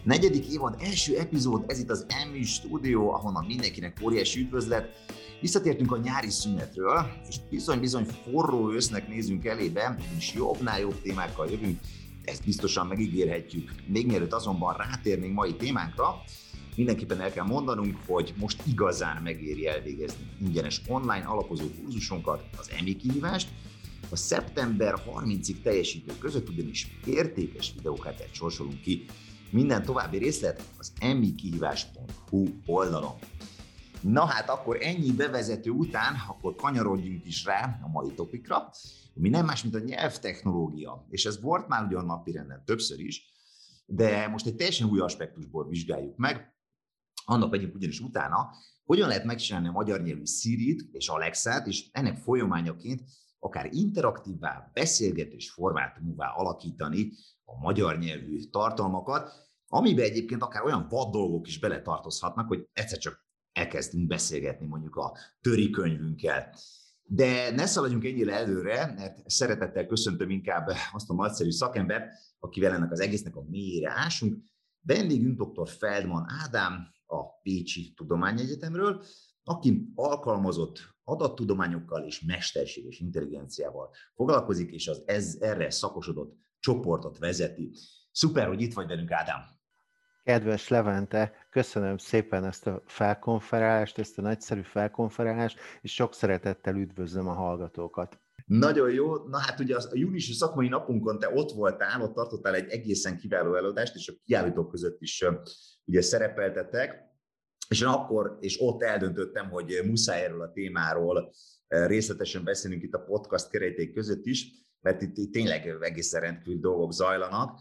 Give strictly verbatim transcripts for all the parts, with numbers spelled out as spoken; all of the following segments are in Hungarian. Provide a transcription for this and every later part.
Negyedik évad első epizód, ez itt az em i Stúdió, ahonnan mindenkinek óriási üdvözlet. Visszatértünk a nyári szünetről, és bizony-bizony forró ősznek nézünk elébe, és jobbnál jobb témákkal jövünk, ezt biztosan megígérhetjük. Még mielőtt azonban rátérnénk mai témánkra, mindenképpen el kell mondanunk, hogy most igazán megéri elvégezni ingyenes online alapozó kurzusunkat, az em i kihívást. A szeptember harmincadikáig teljesítők között ugyanis értékes videókártyát sorsolunk ki. Minden további részlet az emikihívás pont hu oldalon. Na hát akkor ennyi bevezető után, akkor kanyarodjunk is rá a mai topikra, ami nem más, mint a nyelvtechnológia. És ez volt már ugyan napirenden többször is, de most egy teljesen új aspektusból vizsgáljuk meg. Annak megyünk ugyanis utána, hogyan lehet megcsinálni a magyar nyelvű Sirit és Alexát, és ennek folyamányaként akár interaktívvá, beszélgetés formátumúvá alakítani a magyar nyelvű tartalmakat, amiben egyébként akár olyan vad dolgok is beletartozhatnak, hogy egyszer csak elkezdünk beszélgetni mondjuk a törikönyvünkkel. De ne szaladjunk ennyire előre, mert szeretettel köszöntöm inkább azt a nagyszerű szakembert, akivel ennek az egésznek a mélyére ásunk. Vendégünk dr. Feldman Ádám a Pécsi Tudományegyetemről, aki alkalmazott adattudományokkal és mesterséges intelligenciával foglalkozik, és az ez, erre szakosodott csoportot vezeti. Szuper, hogy itt vagy velünk, Ádám! Kedves Levente, köszönöm szépen ezt a felkonferálást, ezt a nagyszerű felkonferálást, és sok szeretettel üdvözlöm a hallgatókat. Nagyon jó. Na hát ugye a júniusi szakmai napunkon te ott voltál, ott tartottál egy egészen kiváló előadást, és a kiállítók között is ugye szerepeltetek, és én akkor és ott eldöntöttem, hogy muszáj erről a témáról részletesen beszélünk itt a podcast kereték között is, mert itt, itt tényleg egészen rendkívül dolgok zajlanak.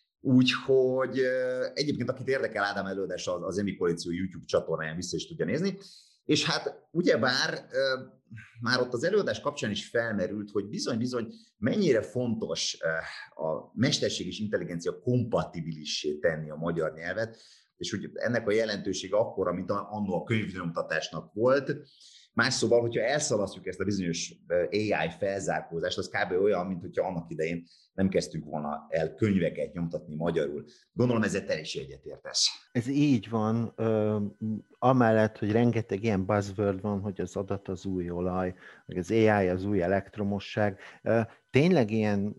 Úgyhogy egyébként, akit érdekel Ádám előadás, az, az Emi Koalíció YouTube csatornáján vissza is tudja nézni. És hát ugyebár már ott az előadás kapcsán is felmerült, hogy bizony-bizony mennyire fontos a mesterséges intelligencia kompatibilissé tenni a magyar nyelvet, és hogy ennek a jelentősége akkora, mint annó a könyvnyomtatásnak volt. Más szóval, hogyha elszalasztjuk ezt a bizonyos á i felzárkózást, az kb. Olyan, mint hogyha annak idején nem kezdtünk volna el könyveket nyomtatni magyarul. Gondolom, ezzel te is egyetértesz. Ez így van, amellett, hogy rengeteg ilyen buzzword van, hogy az adat az új olaj, meg az á i az új elektromosság. Tényleg ilyen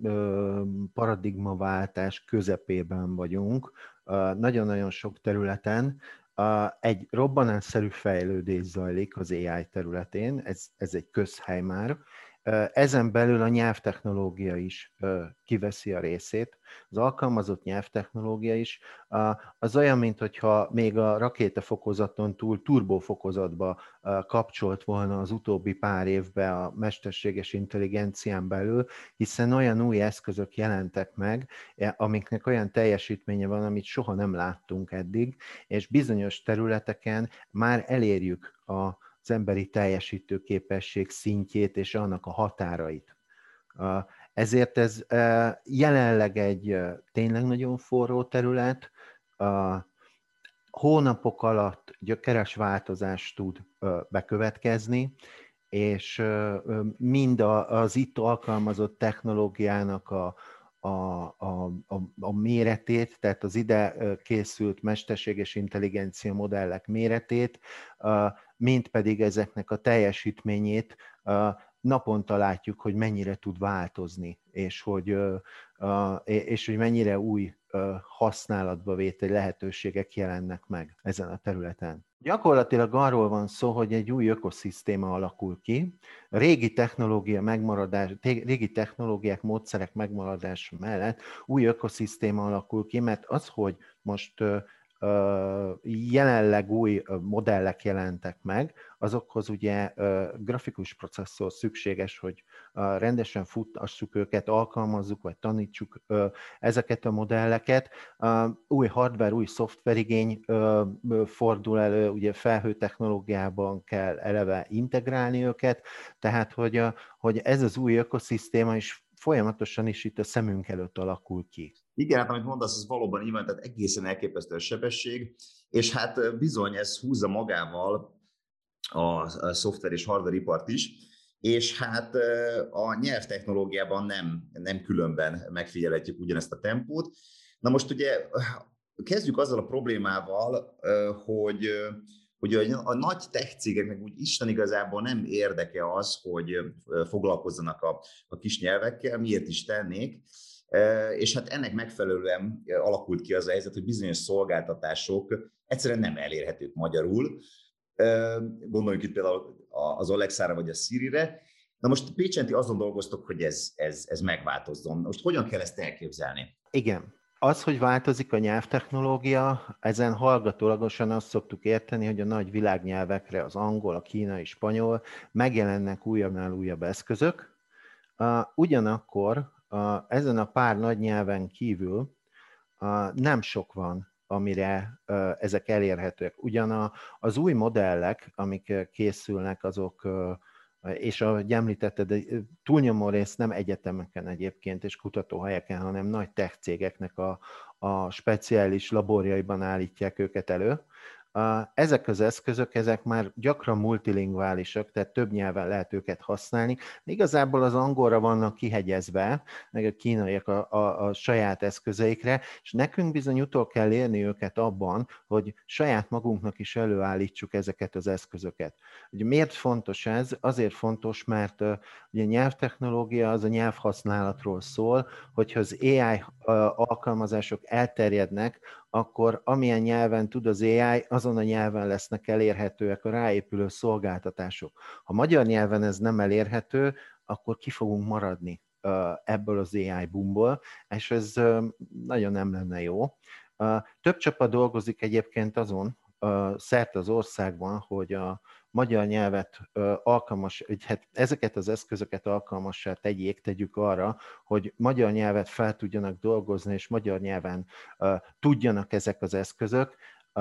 paradigmaváltás közepében vagyunk, nagyon-nagyon sok területen. Egy robbanásszerű fejlődés zajlik az á i területén, ez, ez egy közhely már. Ezen belül a nyelvtechnológia is kiveszi a részét. Az alkalmazott nyelvtechnológia is az olyan, mintha még a rakétafokozaton túl turbófokozatba kapcsolt volna az utóbbi pár évben a mesterséges intelligencián belül, hiszen olyan új eszközök jelentek meg, amiknek olyan teljesítménye van, amit soha nem láttunk eddig, és bizonyos területeken már elérjük a az emberi teljesítőképesség szintjét és annak a határait. Ezért ez jelenleg egy tényleg nagyon forró terület, hónapok alatt gyökeres változás tud bekövetkezni, és mind az itt alkalmazott technológiának a A, a, a, a méretét, tehát az ide készült mesterséges intelligencia modellek méretét, mint pedig ezeknek a teljesítményét naponta látjuk, hogy mennyire tud változni, és hogy, és hogy mennyire új használatba vételi lehetőségek jelennek meg ezen a területen. Gyakorlatilag arról van szó, hogy egy új ökoszisztéma alakul ki. A régi technológia megmaradás, régi technológiák, módszerek megmaradása mellett új ökoszisztéma alakul ki, mert az, hogy most jelenleg új modellek jelentek meg, azokhoz ugye grafikus processzor szükséges, hogy rendesen futtassuk őket, alkalmazzuk, vagy tanítsuk ezeket a modelleket. Új hardware, új szoftverigény fordul elő, ugye felhőtechnológiában kell eleve integrálni őket, tehát hogy, hogy ez az új ökoszisztéma is folyamatosan is itt a szemünk előtt alakul ki. Igen, hát amit mondasz, az valóban így van, tehát egészen elképesztő a sebesség, és hát bizony ez húzza magával a szoftver és hardware ipart is, és hát a nyelvtechnológiában nem, nem különben megfigyelhetjük ugyanezt a tempót. Na most ugye kezdjük azzal a problémával, hogy, hogy a, a nagy tech cégeknek úgy Isten igazából nem érdeke az, hogy foglalkozzanak a, a kis nyelvekkel, miért is tennék, és hát ennek megfelelően alakult ki az a helyzet, hogy bizonyos szolgáltatások egyszerűen nem elérhetők magyarul. Gondoljunk itt például az Alexára vagy a Sirire. Na most Pécsenti azon dolgoztok, hogy ez, ez, ez megváltozzon. Most hogyan kell ezt elképzelni? Igen. Az, hogy változik a nyelvtechnológia, ezen hallgatólagosan azt szoktuk érteni, hogy a nagy világnyelvekre, az angol, a kínai, spanyol megjelennek újabbnál újabb eszközök. Ugyanakkor ezen a pár nagy nyelven kívül nem sok van, amire ezek elérhetőek. Ugyan az új modellek, amik készülnek, azok, és ahogy említetted, túlnyomó rész nem egyetemeken egyébként és kutatóhelyeken, hanem nagy tech cégeknek a, a speciális laborjaiban állítják őket elő. Ezek az eszközök, ezek már gyakran multilingválisak, tehát több nyelven lehet őket használni. Igazából az angolra vannak kihegyezve, meg a kínaiak a, a, a saját eszközeikre, és nekünk bizony utol kell érni őket abban, hogy saját magunknak is előállítsuk ezeket az eszközöket. Ugye miért fontos ez? Azért fontos, mert ugye a nyelvtechnológia az a nyelvhasználatról szól, hogyha az á i alkalmazások elterjednek, akkor amilyen nyelven tud az á i, azon a nyelven lesznek elérhetőek a ráépülő szolgáltatások. Ha magyar nyelven ez nem elérhető, akkor ki fogunk maradni ebből az á i boomból, és ez nagyon nem lenne jó. Több csapat dolgozik egyébként azon, szerte az országban, hogy a magyar nyelvet alkalmas, hát ezeket az eszközöket alkalmassá tegyék, tegyük arra, hogy magyar nyelvet fel tudjanak dolgozni, és magyar nyelven tudjanak ezek az eszközök.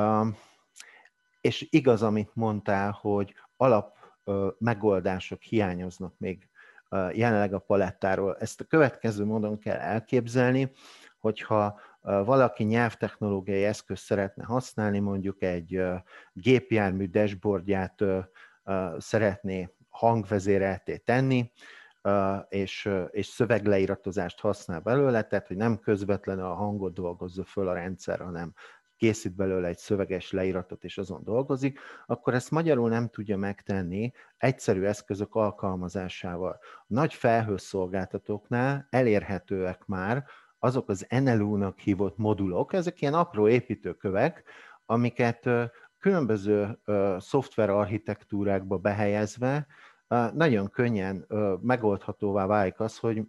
És igaz, amit mondtál, hogy alap megoldások hiányoznak még jelenleg a palettáról. Ezt a következő módon kell elképzelni, hogyha valaki nyelvtechnológiai eszközt szeretne használni, mondjuk egy gépjármű dashboardját szeretné hangvezérelté tenni, és, és szövegleíratozást használ belőle, tehát hogy nem közvetlenül a hangot dolgozza föl a rendszer, hanem készít belőle egy szöveges leíratot, és azon dolgozik, akkor ezt magyarul nem tudja megtenni egyszerű eszközök alkalmazásával. A nagy felhőszolgáltatóknál elérhetőek már azok az en el u-nak hívott modulok, ezek ilyen apró építőkövek, amiket különböző szoftver architektúrákba behelyezve nagyon könnyen megoldhatóvá válik az, hogy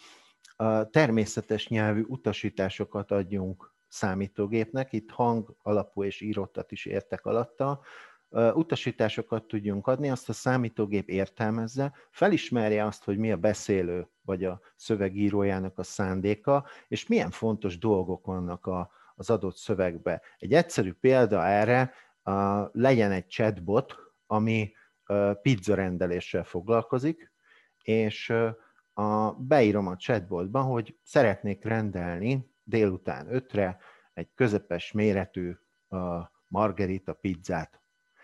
természetes nyelvű utasításokat adjunk számítógépnek, itt hang alapú és írottat is értek alatta, utasításokat tudjunk adni, azt a számítógép értelmezze, felismerje azt, hogy mi a beszélő vagy a szövegírójának a szándéka, és milyen fontos dolgok vannak a, az adott szövegbe. Egy egyszerű példa erre, a, legyen egy chatbot, ami a pizza rendeléssel foglalkozik, és a, beírom a chatbotba, hogy szeretnék rendelni délután ötre egy közepes méretű a, margarita pizzát.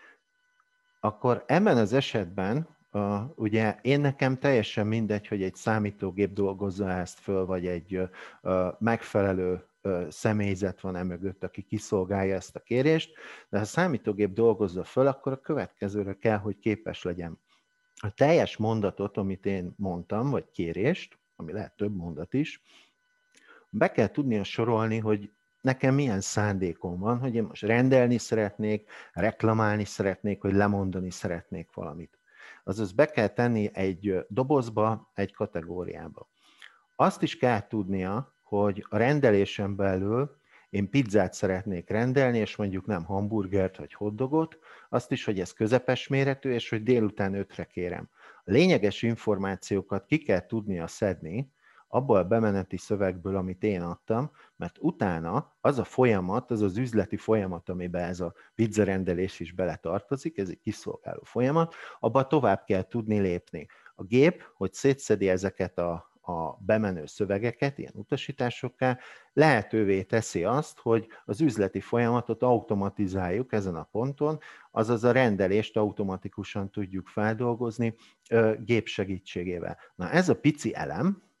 Akkor ebben az esetben, uh, ugye én nekem teljesen mindegy, hogy egy számítógép dolgozza ezt föl, vagy egy uh, megfelelő uh, személyzet van emögött, aki kiszolgálja ezt a kérést, de ha a számítógép dolgozza föl, akkor a következőre kell, hogy képes legyen. A teljes mondatot, amit én mondtam, vagy kérést, ami lehet több mondat is, be kell tudnia sorolni, hogy nekem milyen szándékom van, hogy én most rendelni szeretnék, reklamálni szeretnék, vagy lemondani szeretnék valamit. Azaz be kell tenni egy dobozba, egy kategóriába. Azt is kell tudnia, hogy a rendelésen belül én pizzát szeretnék rendelni, és mondjuk nem hamburgert vagy hotdogot, azt is, hogy ez közepes méretű, és hogy délután ötre kérem. A lényeges információkat ki kell tudnia szedni, abból a bemeneti szövegből, amit én adtam, mert utána az a folyamat, az az üzleti folyamat, amiben ez a pizzarendelés is beletartozik, ez egy kiszolgáló folyamat, abban tovább kell tudni lépni. A gép, hogy szétszedi ezeket a, a bemenő szövegeket, ilyen utasításokká, lehetővé teszi azt, hogy az üzleti folyamatot automatizáljuk ezen a ponton, azaz a rendelést automatikusan tudjuk feldolgozni gép segítségével. Na ez a pici elem,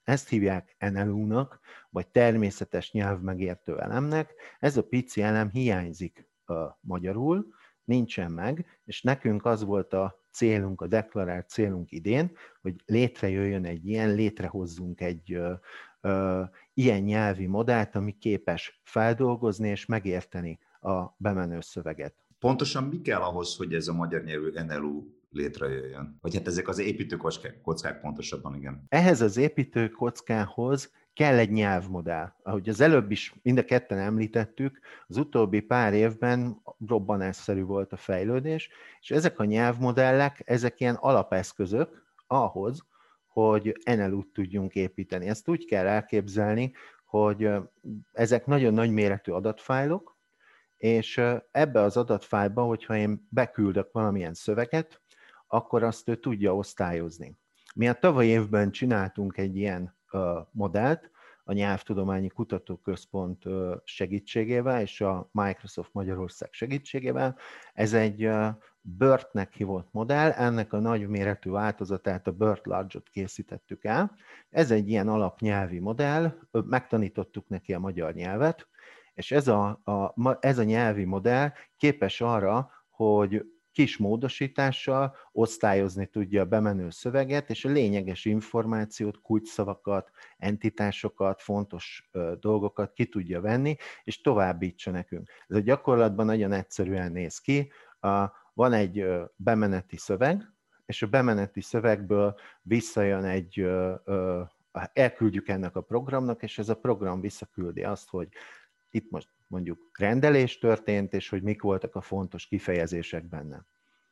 Ezt hívják en el u-nak, vagy természetes nyelvmegértő elemnek. Ez a pici elem hiányzik uh, magyarul, nincsen meg, és nekünk az volt a célunk, a deklarált célunk idén, hogy létrejöjjön egy ilyen, létrehozzunk egy ö, ö, ilyen nyelvi modellt, ami képes feldolgozni és megérteni a bemenő szöveget. Pontosan mi kell ahhoz, hogy ez a magyar nyelvű en el u létrejöjjön? Vagy hát ezek az építőkockák kockák pontosabban, igen. Ehhez az építőkockához kell egy nyelvmodell. Ahogy az előbb is mind a ketten említettük, az utóbbi pár évben robbanásszerű volt a fejlődés, és ezek a nyelvmodellek, ezek ilyen alapeszközök ahhoz, hogy en el u-t tudjunk építeni. Ezt úgy kell elképzelni, hogy ezek nagyon nagy méretű adatfájlok, és ebbe az adatfájlba, hogyha én beküldök valamilyen szöveget, akkor azt ő tudja osztályozni. Mi a tavaly évben csináltunk egy ilyen uh, modellt a Nyelvtudományi Kutatóközpont uh, segítségével és a Microsoft Magyarország segítségével. Ez egy uh, BERT-nek hívott modell, ennek a nagyméretű változatát, a BERT Large-ot készítettük el. Ez egy ilyen alapnyelvi modell, megtanítottuk neki a magyar nyelvet, és ez a, a, ez a nyelvi modell képes arra, hogy kis módosítással osztályozni tudja a bemenő szöveget, és a lényeges információt, kulcsszavakat, entitásokat, fontos dolgokat ki tudja venni, és továbbítsa nekünk. Ez a gyakorlatban nagyon egyszerűen néz ki. Van egy bemeneti szöveg, és a bemeneti szövegből visszajön egy, elküldjük ennek a programnak, és ez a program visszaküldi azt, hogy itt most mondjuk rendelés történt, és hogy mik voltak a fontos kifejezések benne.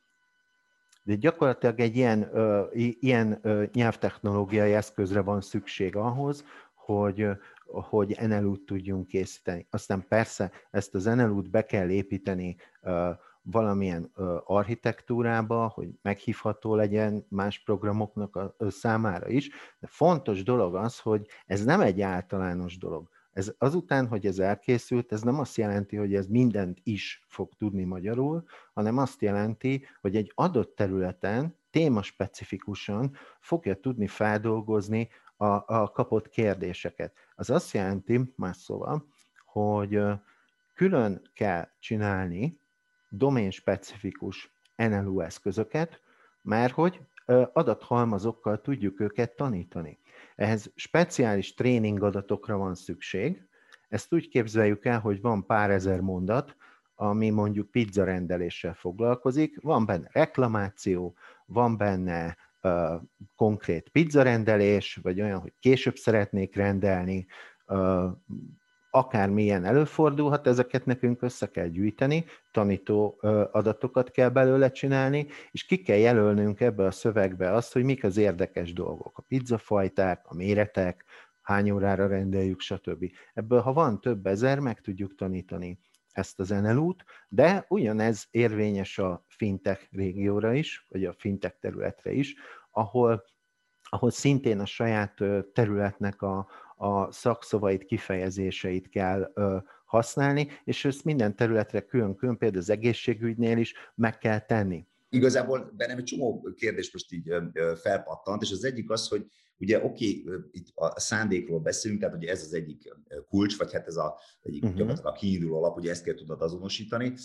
De gyakorlatilag egy ilyen, ö, ilyen ö, nyelvtechnológiai eszközre van szükség ahhoz, hogy, hogy en el u-t tudjunk készíteni. Aztán persze ezt az en el u-t be kell építeni ö, valamilyen ö, architektúrába, hogy meghívható legyen más programoknak a, a számára is, de fontos dolog az, hogy ez nem egy általános dolog. Ez azután, hogy ez elkészült, ez nem azt jelenti, hogy ez mindent is fog tudni magyarul, hanem azt jelenti, hogy egy adott területen témaspecifikusan fogja tudni feldolgozni a, a kapott kérdéseket. Az azt jelenti, más szóval, hogy külön kell csinálni domain-specifikus en el u eszközöket, mert hogy adathalmazokkal tudjuk őket tanítani. Ehhez speciális tréning adatokra van szükség. Ezt úgy képzeljük el, hogy van pár ezer mondat, ami mondjuk pizza rendeléssel foglalkozik, van benne reklamáció, van benne uh, konkrét pizza rendelés, vagy olyan, hogy később szeretnék rendelni, uh, akármilyen előfordulhat, ezeket nekünk össze kell gyűjteni, tanító adatokat kell belőle csinálni, és ki kell jelölnünk ebbe a szövegbe azt, hogy mik az érdekes dolgok. A pizzafajták, a méretek, hány órára rendeljük, stb. Ebből, ha van több ezer, meg tudjuk tanítani ezt az en el u-t, de ugyanez érvényes a fintech régióra is, vagy a fintech területre is, ahol, ahol szintén a saját területnek a a szakszavait, kifejezéseit kell ö, használni, és ezt minden területre külön-külön, például az egészségügynél is meg kell tenni. Igazából bennem egy csomó kérdés most így ö, felpattant, és az egyik az, hogy ugye oké, okay, itt a szándékról beszélünk, tehát ugye ez az egyik kulcs, vagy hát ez a egyik uh-huh. gyakorlatilag a kiinduló alap, ugye ezt kell tudnod azonosítani.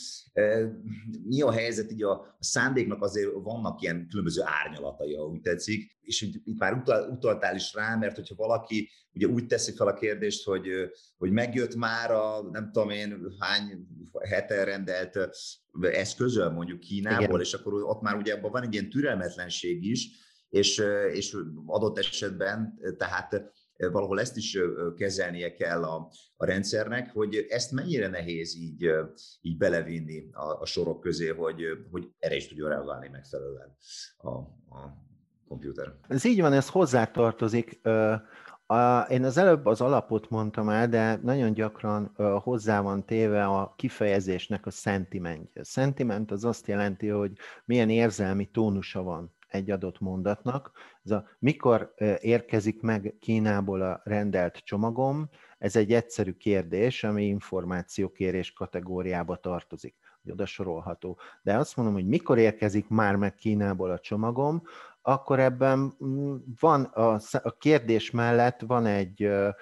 Mi a helyzet, így a szándéknak azért vannak ilyen különböző árnyalatai, ha úgy tetszik, és itt már utal, utaltál is rá, mert hogyha valaki ugye úgy teszi fel a kérdést, hogy, hogy megjött már a nem tudom én hány hete rendelt eszközöl mondjuk Kínából, igen. És akkor ott már ugye abban van egy ilyen türelmetlenség is, És, és adott esetben tehát valahol ezt is kezelnie kell a, a rendszernek, hogy ezt mennyire nehéz így, így belevinni a, a sorok közé, hogy, hogy erre is tudjon reagálni megfelelően a, a komputer. Ez így van, ez hozzátartozik. Én az előbb az alapot mondtam el, de nagyon gyakran hozzá van téve a kifejezésnek a szentimentje. A szentiment az azt jelenti, hogy milyen érzelmi tónusa van egy adott mondatnak. Ez a, mikor érkezik meg Kínából a rendelt csomagom, ez egy egyszerű kérdés, ami információkérés kategóriába tartozik. oda sorolható. De azt mondom, hogy mikor érkezik már meg Kínából a csomagom, akkor ebben van a, a kérdés mellett van egy,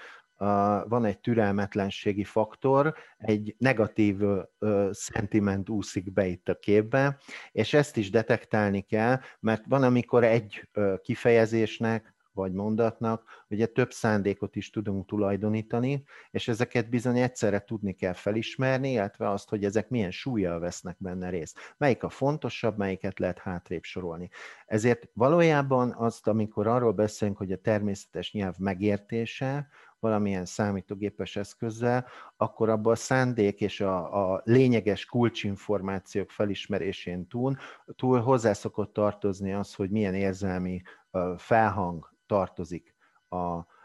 van egy türelmetlenségi faktor, egy negatív szentiment úszik be itt a képbe, és ezt is detektálni kell, mert van, amikor egy kifejezésnek vagy mondatnak, ugye több szándékot is tudunk tulajdonítani, és ezeket bizony egyszerre tudni kell felismerni, illetve azt, hogy ezek milyen súllyal vesznek benne részt. Melyik a fontosabb, melyiket lehet hátrébb sorolni. Ezért valójában azt, amikor arról beszélünk, hogy a természetes nyelv megértése, valamilyen számítógépes eszközzel, akkor abban a szándék és a, a lényeges kulcsinformációk felismerésén túl, túl hozzá szokott tartozni az, hogy milyen érzelmi felhang tartozik a,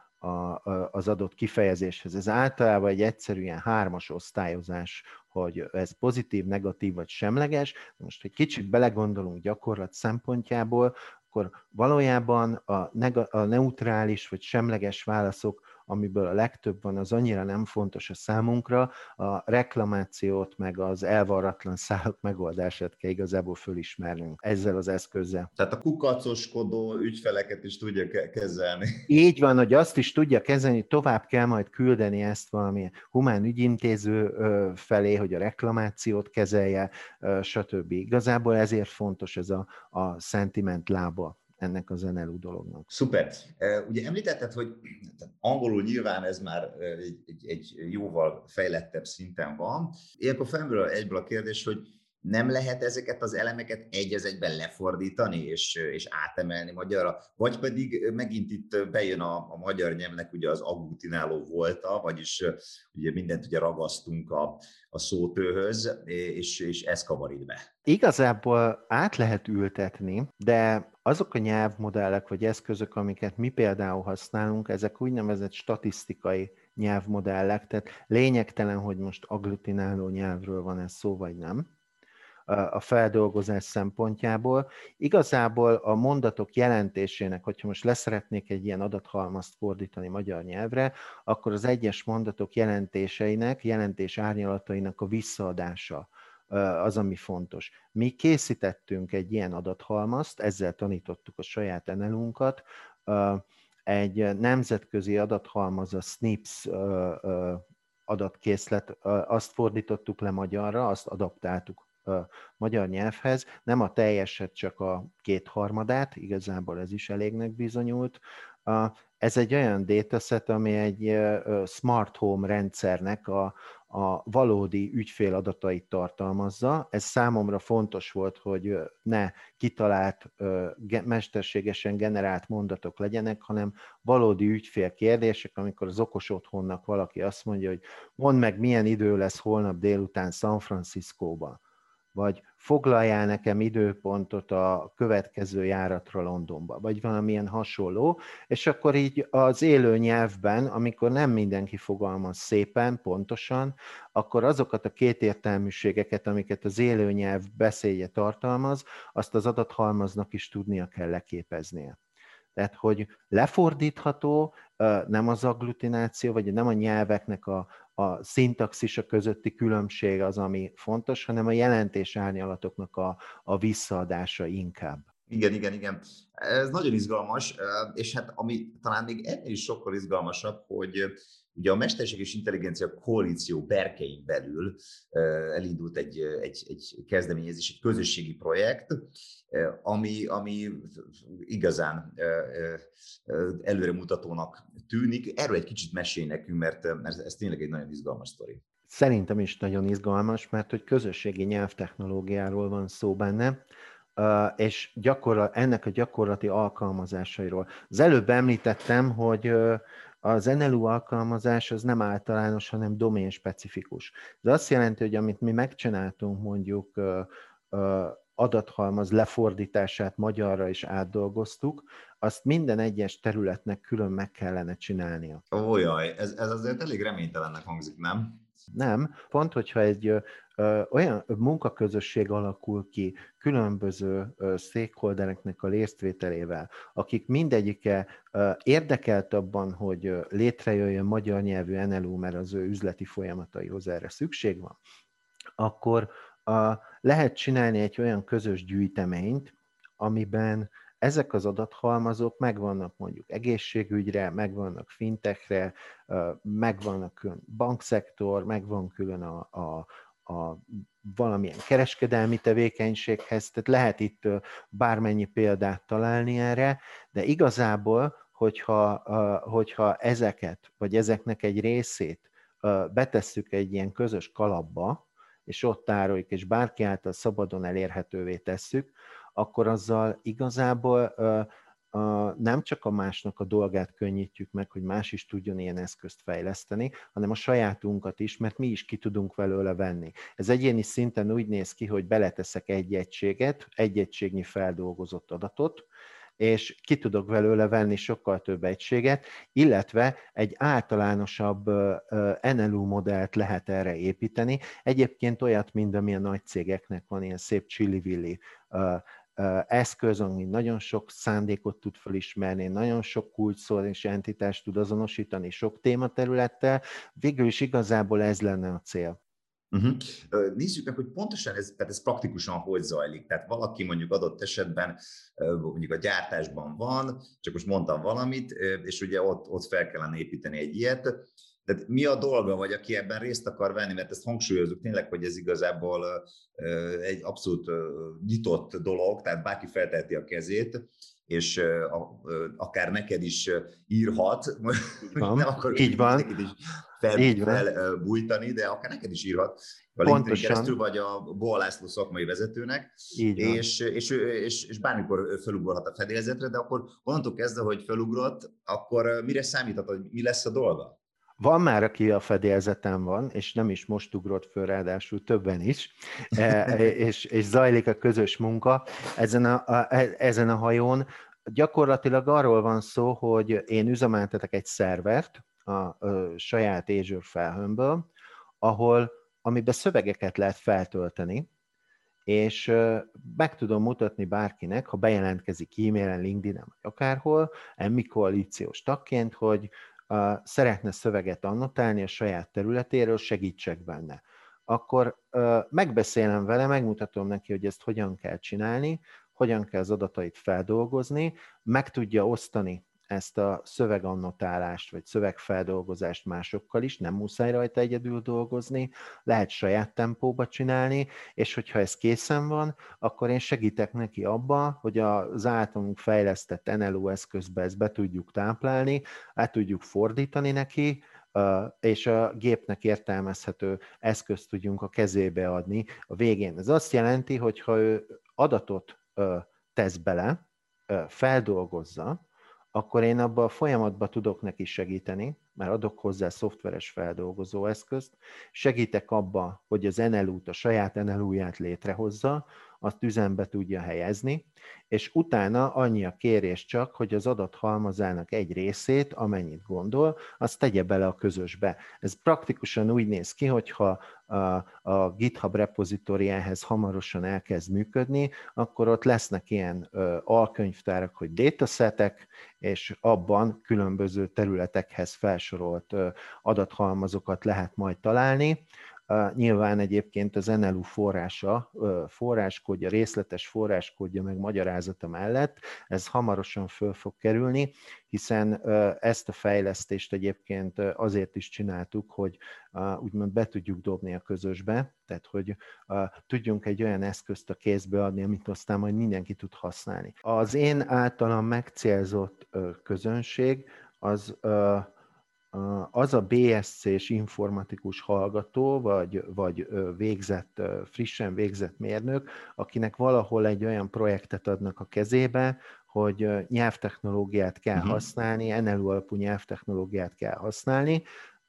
a, az adott kifejezéshez. Ez általában egy egyszerűen hármas osztályozás, hogy ez pozitív, negatív vagy semleges. Most, egy kicsit belegondolunk gyakorlat szempontjából, akkor valójában a, neg- a neutrális vagy semleges válaszok, amiből a legtöbb van, az annyira nem fontos a számunkra, a reklamációt meg az elvarratlan szálak megoldását kell igazából fölismernünk ezzel az eszközzel. Tehát a kukacoskodó ügyfeleket is tudja ke- kezelni. Így van, hogy azt is tudja kezelni, tovább kell majd küldeni ezt valamilyen humán ügyintéző felé, hogy a reklamációt kezelje, stb. Igazából ezért fontos ez a, a sentiment lába ennek az en el u dolognak. Szuper. Ugye említetted, hogy angolul nyilván ez már egy, egy, egy jóval fejlettebb szinten van. Ilyenkor felmerül egyből a kérdés, hogy nem lehet ezeket az elemeket egy az egyben lefordítani és, és átemelni magyarra, vagy pedig megint itt bejön a, a magyar nyelvnek ugye az agglutináló volta, vagyis ugye mindent ugye ragasztunk a, a szótőhöz, és, és ez kavar itt be. Igazából át lehet ültetni, de azok a nyelvmodellek vagy eszközök, amiket mi például használunk, ezek úgynevezett statisztikai nyelvmodellek, tehát lényegtelen, hogy most agglutináló nyelvről van ez szó, vagy nem a feldolgozás szempontjából. Igazából a mondatok jelentésének, hogyha most leszeretnék egy ilyen adathalmazt fordítani magyar nyelvre, akkor az egyes mondatok jelentéseinek, jelentés árnyalatainak a visszaadása az, ami fontos. Mi készítettünk egy ilyen adathalmazt, ezzel tanítottuk a saját en el u-nkat, egy nemzetközi adathalmaz, a snips adatkészlet, azt fordítottuk le magyarra, azt adaptáltuk a magyar nyelvhez, nem a teljeset, csak a kétharmadát, igazából ez is elégnek bizonyult. Ez egy olyan dataset, ami egy smart home rendszernek a, a valódi ügyfél adatait tartalmazza. Ez számomra fontos volt, hogy ne kitalált, mesterségesen generált mondatok legyenek, hanem valódi ügyfél kérdések, amikor az okos otthonnak valaki azt mondja, hogy mondd meg, milyen idő lesz holnap délután San Franciscóban, vagy foglaljál nekem időpontot a következő járatra Londonba, vagy valamilyen hasonló, és akkor így az élő nyelvben, amikor nem mindenki fogalmaz szépen, pontosan, akkor azokat a kétértelműségeket, amiket az élő nyelv beszédje tartalmaz, azt az adathalmaznak is tudnia kell leképeznie. Tehát, hogy lefordítható, nem az agglutináció, vagy nem a nyelveknek a, a szintaxisa közötti különbség az, ami fontos, hanem a jelentés árnyalatoknak a, a visszaadása inkább. Igen, igen, igen. Ez nagyon izgalmas, és hát ami talán még ennél is sokkal izgalmasabb, hogy ugye a mesterséges intelligencia koalíció berkein belül elindult egy, egy, egy kezdeményezés, egy közösségi projekt, ami, ami igazán előremutatónak tűnik. Erről egy kicsit mesélj nekünk, mert ez tényleg egy nagyon izgalmas sztori. Szerintem is nagyon izgalmas, mert hogy közösségi nyelvtechnológiáról van szó benne, és gyakorlat, ennek a gyakorlati alkalmazásairól. Az előbb említettem, hogy az en el u alkalmazás az nem általános, hanem domén-specifikus. Ez azt jelenti, hogy amit mi megcsináltunk mondjuk adathalmaz lefordítását magyarra is átdolgoztuk, azt minden egyes területnek külön meg kellene csinálnia. Ó, jaj, ez, ez azért elég reménytelennek hangzik, nem? Nem, pont, hogyha egy ö, olyan munkaközösség alakul ki különböző ö, stakeholdereknek a résztvételével, akik mindegyike ö, érdekelt abban, hogy ö, létrejöjjön magyar nyelvű en el u, mert az ő üzleti folyamataihoz erre szükség van, akkor A, lehet csinálni egy olyan közös gyűjteményt, amiben ezek az adathalmazok megvannak mondjuk egészségügyre, megvannak fintekre, megvannak külön bankszektor, megvan külön a, a, a valamilyen kereskedelmi tevékenységhez, tehát lehet itt bármennyi példát találni erre, de igazából, hogyha, hogyha ezeket, vagy ezeknek egy részét betesszük egy ilyen közös kalapba, és ott tároljuk, és bárki által szabadon elérhetővé tesszük, akkor azzal igazából nem csak a másnak a dolgát könnyítjük meg, hogy más is tudjon ilyen eszközt fejleszteni, hanem a sajátunkat is, mert mi is ki tudunk belőle venni. Ez egyéni szinten úgy néz ki, hogy beleteszek egy egységet, egy egységnyi feldolgozott adatot, és ki tudok belőle venni sokkal több egységet, illetve egy általánosabb en el u modellt lehet erre építeni. Egyébként olyat, mint amilyen nagy cégeknek van, ilyen szép csillivilli eszköz, ami nagyon sok szándékot tud felismerni, nagyon sok kulcsszót és entitást tud azonosítani sok tématerülettel. Végül is igazából ez lenne a cél. Uh-huh. Nézzük meg, hogy pontosan ez, tehát ez praktikusan hogy zajlik. Tehát valaki mondjuk adott esetben mondjuk a gyártásban van, csak most mondtam valamit, és ugye ott, ott fel kellene építeni egy ilyet. Tehát mi a dolga, vagy aki ebben részt akar venni, mert ezt hangsúlyozunk tényleg, hogy ez igazából egy abszolút nyitott dolog, tehát bárki felteheti a kezét, és akár neked is írhat, így van, nem akarok így van. neked is fel, felbújtani, de akár neked is írhat a LinkedIn keresztül, vagy a Boa László szakmai vezetőnek, és, és, és, és bármikor felugorhat a fedélzetre, de akkor onnantól kezdve, hogy felugrott, akkor mire számíthat, hogy mi lesz a dolga? Van már, aki a fedélzeten van, és nem is most ugrott föl, ráadásul többen is, és, és zajlik a közös munka ezen a, a, ezen a hajón. Gyakorlatilag arról van szó, hogy én üzemeltetek egy szervert a, a saját Azure felhőmből, ahol, amiben szövegeket lehet feltölteni, és meg tudom mutatni bárkinek, ha bejelentkezik e-mailen, LinkedIn-en, vagy akárhol, emmi koalíciós tagként, hogy Uh, szeretne szöveget annotálni a saját területéről, segítsek benne. Akkor uh, megbeszélem vele, megmutatom neki, hogy ezt hogyan kell csinálni, hogyan kell az adatait feldolgozni, meg tudja osztani ezt a szövegannotálást, vagy szövegfeldolgozást másokkal is, nem muszáj rajta egyedül dolgozni, lehet saját tempóba csinálni, és hogyha ez készen van, akkor én segítek neki abba, hogy az általunk fejlesztett en el u eszközbe ezt be tudjuk táplálni, át tudjuk fordítani neki, és a gépnek értelmezhető eszközt tudjunk a kezébe adni a végén. Ez azt jelenti, hogy ha ő adatot tesz bele, feldolgozza, akkor én abban a folyamatban tudok neki segíteni, mert adok hozzá szoftveres feldolgozó eszközt, segítek abba, hogy az en el u-t, a saját en el u-ját létrehozza, azt üzembe tudja helyezni, és utána annyi a kérés csak, hogy az adathalmazának egy részét, amennyit gondol, azt tegye bele a közösbe. Ez praktikusan úgy néz ki, hogyha a, a GitHub repozitóri ehhez hamarosan elkezd működni, akkor ott lesznek ilyen ö, alkönyvtárak, hogy datasetek, és abban különböző területekhez felsorolt ö, adathalmazokat lehet majd találni. Uh, nyilván egyébként az en el u forrása, uh, forráskódja, részletes forráskódja meg magyarázata mellett, ez hamarosan föl fog kerülni, hiszen uh, ezt a fejlesztést egyébként uh, azért is csináltuk, hogy uh, úgymond be tudjuk dobni a közösbe, tehát hogy uh, tudjunk egy olyan eszközt a kézbe adni, amit aztán majd mindenki tud használni. Az én általam megcélzott uh, közönség az uh, az a bé es cés informatikus hallgató, vagy, vagy végzett, frissen végzett mérnök, akinek valahol egy olyan projektet adnak a kezébe, hogy nyelvtechnológiát kell uh-huh. használni, en el u alapú nyelvtechnológiát kell használni,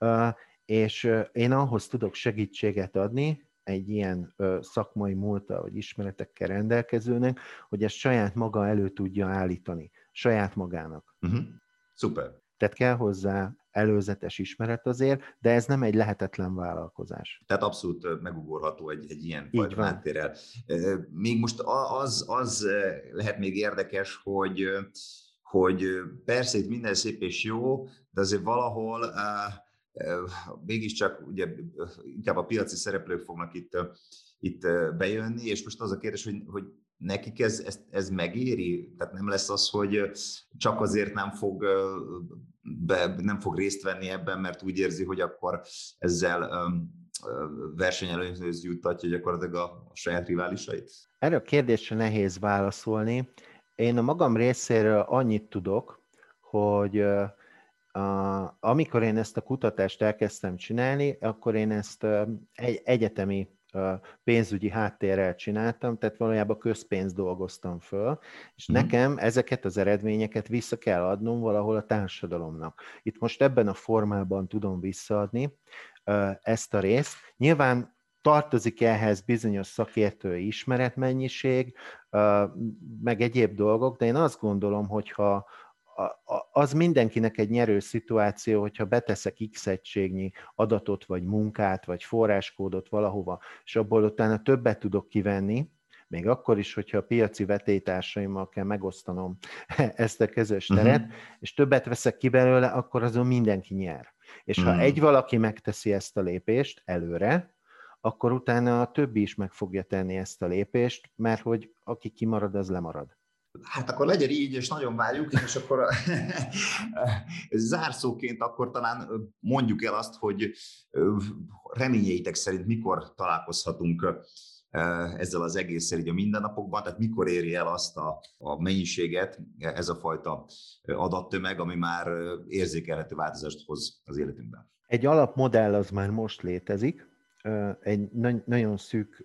és én ahhoz tudok segítséget adni, egy ilyen szakmai múlttal vagy ismeretekkel rendelkezőnek, hogy ezt saját maga elő tudja állítani, saját magának. Uh-huh. Szuper. Tehát kell hozzá előzetes ismeret azért, de ez nem egy lehetetlen vállalkozás. Tehát abszolút megugorható egy, egy ilyen fajta háttérrel. Még most az, az lehet még érdekes, hogy, hogy persze itt minden szép és jó, de azért valahol mégiscsak ugye, inkább a piaci szereplők fognak itt itt bejönni, és most az a kérdés, hogy, hogy nekik ez, ez, ez megéri? Tehát nem lesz az, hogy csak azért nem fog, be, nem fog részt venni ebben, mert úgy érzi, hogy akkor ezzel versenyelőnyhöz juttatja gyakorlatilag a, a saját riválisait? Erre a kérdésre nehéz válaszolni. Én a magam részéről annyit tudok, hogy uh, amikor én ezt a kutatást elkezdtem csinálni, akkor én ezt uh, egy egyetemi uh, pénzügyi háttérrel csináltam, tehát valójában közpénzt dolgoztam föl, és mm. nekem ezeket az eredményeket vissza kell adnom valahol a társadalomnak. Itt most ebben a formában tudom visszaadni uh, ezt a részt. Nyilván tartozik ehhez bizonyos szakértői ismeretmennyiség, meg egyéb dolgok, de én azt gondolom, hogyha az mindenkinek egy nyerő szituáció, hogyha beteszek X egységnyi adatot, vagy munkát, vagy forráskódot valahova, és abból utána többet tudok kivenni, még akkor is, hogyha a piaci vetélytársaimmal kell megosztanom ezt a közös teret, uh-huh. és többet veszek ki belőle, akkor azon mindenki nyer. És uh-huh. ha egy valaki megteszi ezt a lépést előre, akkor utána a többi is meg fogja tenni ezt a lépést, mert hogy aki kimarad, az lemarad. Hát akkor legyen így, és nagyon várjuk, és akkor zárszóként akkor talán mondjuk el azt, hogy reményeitek szerint mikor találkozhatunk ezzel az egésszel így a mindennapokban, tehát mikor éri el azt a, a mennyiséget, ez a fajta adattömeg, ami már érzékelhető változást hoz az életünkben. Egy alapmodell az már most létezik, egy nagyon szűk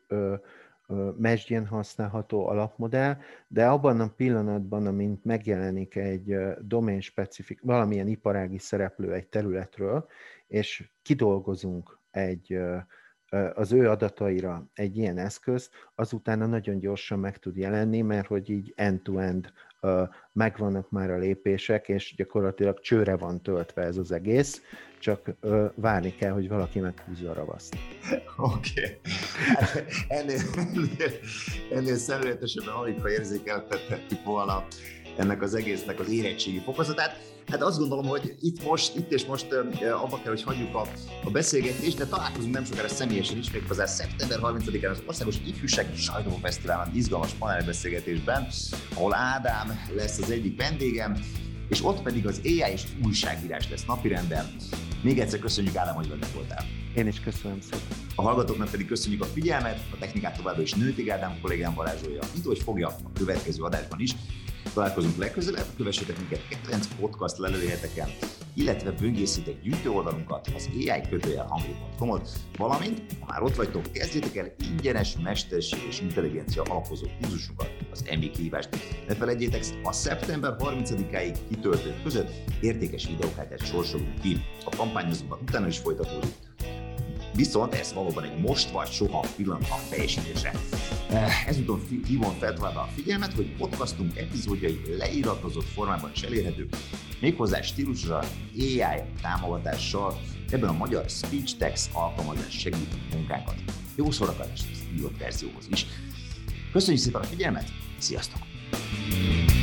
mesdjén használható alapmodell, de abban a pillanatban, amint megjelenik egy domain specifik, valamilyen iparági szereplő egy területről, és kidolgozunk egy, az ő adataira egy ilyen eszközt, azután nagyon gyorsan meg tud jelenni, mert hogy így end-to-end megvannak már a lépések, és gyakorlatilag csőre van töltve ez az egész, csak várni kell, hogy valaki meghúzza a ravaszt. Oké. Okay. Ennél, ennél, ennél szemléletesebben alig, ha érzékeltethettük volna ennek az egésznek az érettségi fokozatát. Hát azt gondolom, hogy itt most, itt és most abba kell, hogy hagyjuk a, a beszélgetést, de találkozunk nem sokára személyesen is, méghozzá szeptember harmincadikán az Országos Ifjúsági Sajtófesztiválon izgalmas panelbeszélgetésben, ahol Ádám lesz az egyik vendégem, és ott pedig az á i és újságírás lesz napirenden. Még egyszer köszönjük, Ádám, hogy benne voltál. Én is köszönöm szépen. A hallgatóknak pedig köszönjük a figyelmet, a technikát továbbra is Nőtig Ádám kollégám varázsolja, itt, hogy fogja a következő adásban is. Találkozunk legközelebb, kövessetek minket kedvenc podcast lelőheteken, illetve böngészétek gyűjtő oldalunkat, az ai kötőjel hangli pont com-ot, valamint, ha már ott vagytok, kezdjétek el ingyenes mesterség és intelligencia alapozó kurzusunkat, az em bé kihívást. Ne felejtjétek, a szeptember harmincadikáig kitöltők között értékes videókártyát sorsolunk ki. A kampányozóban utána is folytatódik. Viszont ez valóban egy most vagy soha pillanat a teljesítésre. Ezúton hívom fel továbbá a figyelmet, hogy podcastunk epizódjai leiratozott formában is elérhetők, méghozzá stílusra á i támogatással, ebben a magyar SpeechText alkalmazás segíti munkánkat. Jó szórakozást az írott verzióhoz is. Köszönjük szépen a figyelmet, sziasztok!